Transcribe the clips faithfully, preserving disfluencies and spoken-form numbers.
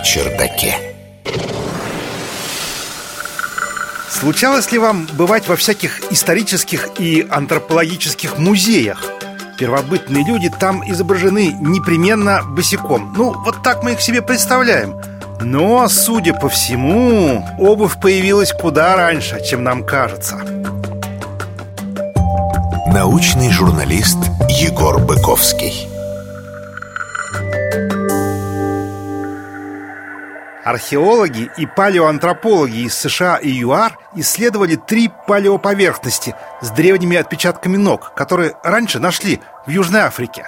чердаке. Случалось ли вам бывать во всяких исторических и антропологических музеях? Первобытные люди там изображены непременно босиком. Ну, вот так мы их себе представляем. Но, судя по всему, обувь появилась куда раньше, чем нам кажется. Научный журналист Егор Быковский. Археологи и палеоантропологи из США и ЮАР исследовали три палеоповерхности с древними отпечатками ног, которые раньше нашли в Южной Африке.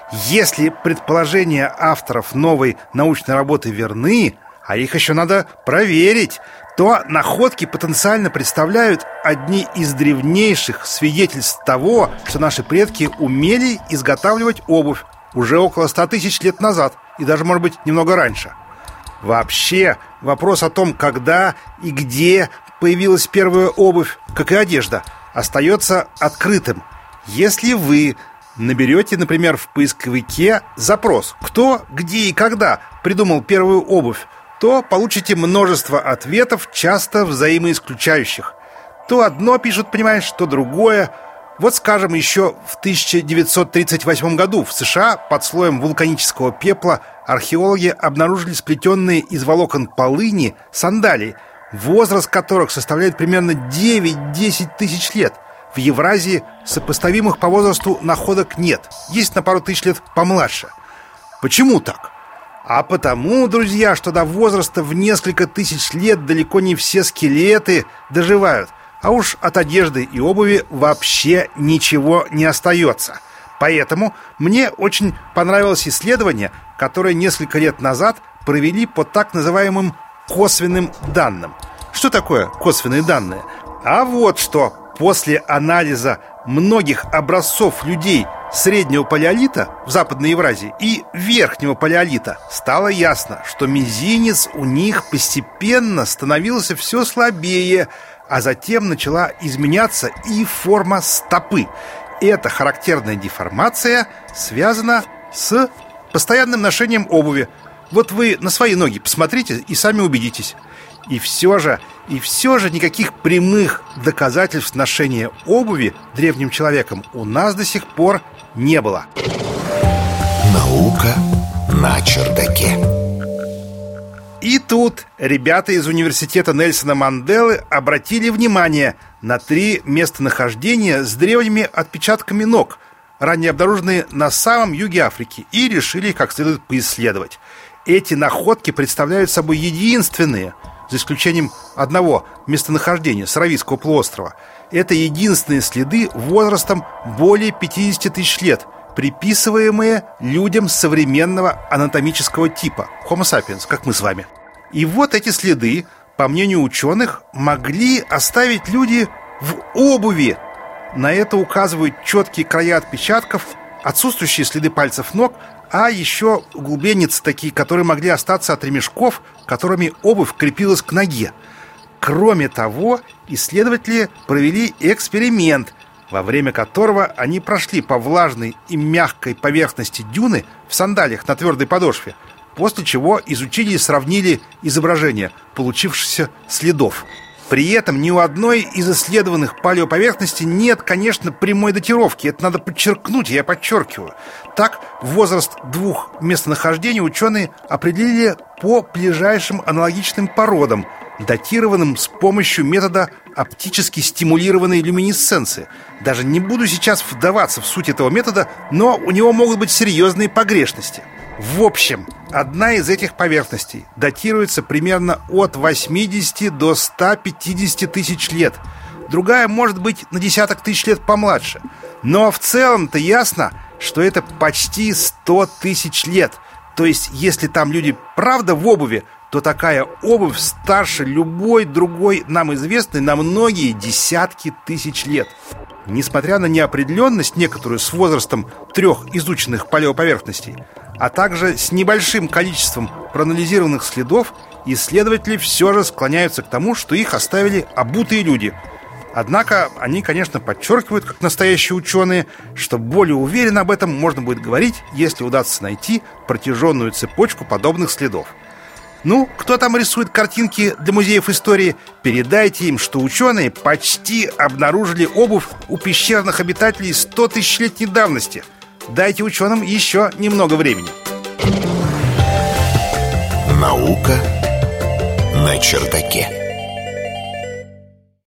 Если предположения авторов новой научной работы верны, а их еще надо проверить, то находки потенциально представляют одни из древнейших свидетельств того, что наши предки умели изготавливать обувь уже около ста тысяч лет назад, и даже, может быть, немного раньше. Вообще, вопрос о том, когда и где появилась первая обувь, как и одежда, остается открытым. Если вы наберете, например, в поисковике запрос «Кто, где и когда придумал первую обувь?», то получите множество ответов, часто взаимоисключающих. То одно пишут, понимаешь, то другое. Вот, скажем, еще в тысяча девятьсот тридцать восьмом году в США под слоем вулканического пепла археологи обнаружили сплетенные из волокон полыни сандалии, возраст которых составляет примерно девять-десять тысяч лет. В Евразии сопоставимых по возрасту находок нет. Есть на пару тысяч лет помладше. Почему так? А потому, друзья, что до возраста в несколько тысяч лет далеко не все скелеты доживают. А уж от одежды и обуви вообще ничего не остается. Поэтому мне очень понравилось исследование, которое несколько лет назад провели по так называемым косвенным данным. Что такое косвенные данные? А вот что. После анализа многих образцов людей среднего палеолита в Западной Евразии и верхнего палеолита стало ясно, что мизинец у них постепенно становился все слабее, а затем начала изменяться и форма стопы. Эта характерная деформация связана с постоянным ношением обуви. Вот вы на свои ноги посмотрите и сами убедитесь. И все же, и все же никаких прямых доказательств ношения обуви древним человеком у нас до сих пор не было. Наука на чердаке. И тут ребята из университета Нельсона Манделы обратили внимание на три местонахождения с древними отпечатками ног, ранее обнаруженные на самом юге Африки, и решили их как следует поисследовать. Эти находки представляют собой единственные, за исключением одного местонахождения Саравийского полуострова. Это единственные следы возрастом более пятидесяти тысяч лет, приписываемые людям современного анатомического типа Homo sapiens, как мы с вами. И вот эти следы, по мнению ученых, могли оставить люди в обуви. На это указывают четкие края отпечатков, отсутствующие следы пальцев ног, а еще углубленицы такие, которые могли остаться от ремешков, которыми обувь крепилась к ноге. Кроме того, исследователи провели эксперимент, во время которого они прошли по влажной и мягкой поверхности дюны в сандалиях на твердой подошве, после чего изучили и сравнили изображения получившихся следов. При этом ни у одной из исследованных палеоповерхностей нет, конечно, прямой датировки. Это надо подчеркнуть, я подчеркиваю. Так, возраст двух местонахождений ученые определили по ближайшим аналогичным породам, датированным с помощью метода оптически стимулированной люминесценции. Даже не буду сейчас вдаваться в суть этого метода, но у него могут быть серьезные погрешности. В общем, одна из этих поверхностей датируется примерно от восьмидесяти до ста пятидесяти тысяч лет. Другая может быть на десяток тысяч лет помладше. Но в целом-то ясно, что это почти сто тысяч лет. То есть, если там люди правда в обуви, то такая обувь старше любой другой нам известной на многие десятки тысяч лет. Несмотря на неопределенность некоторую с возрастом трех изученных палеоповерхностей, а также с небольшим количеством проанализированных следов, исследователи все же склоняются к тому, что их оставили обутые люди. Однако они, конечно, подчеркивают, как настоящие ученые, что более уверенно об этом можно будет говорить, если удастся найти протяженную цепочку подобных следов. Ну, кто там рисует картинки для музеев истории, передайте им, что ученые почти обнаружили обувь у пещерных обитателей сто тысячелетней давности. Дайте ученым еще немного времени. Наука на чердаке.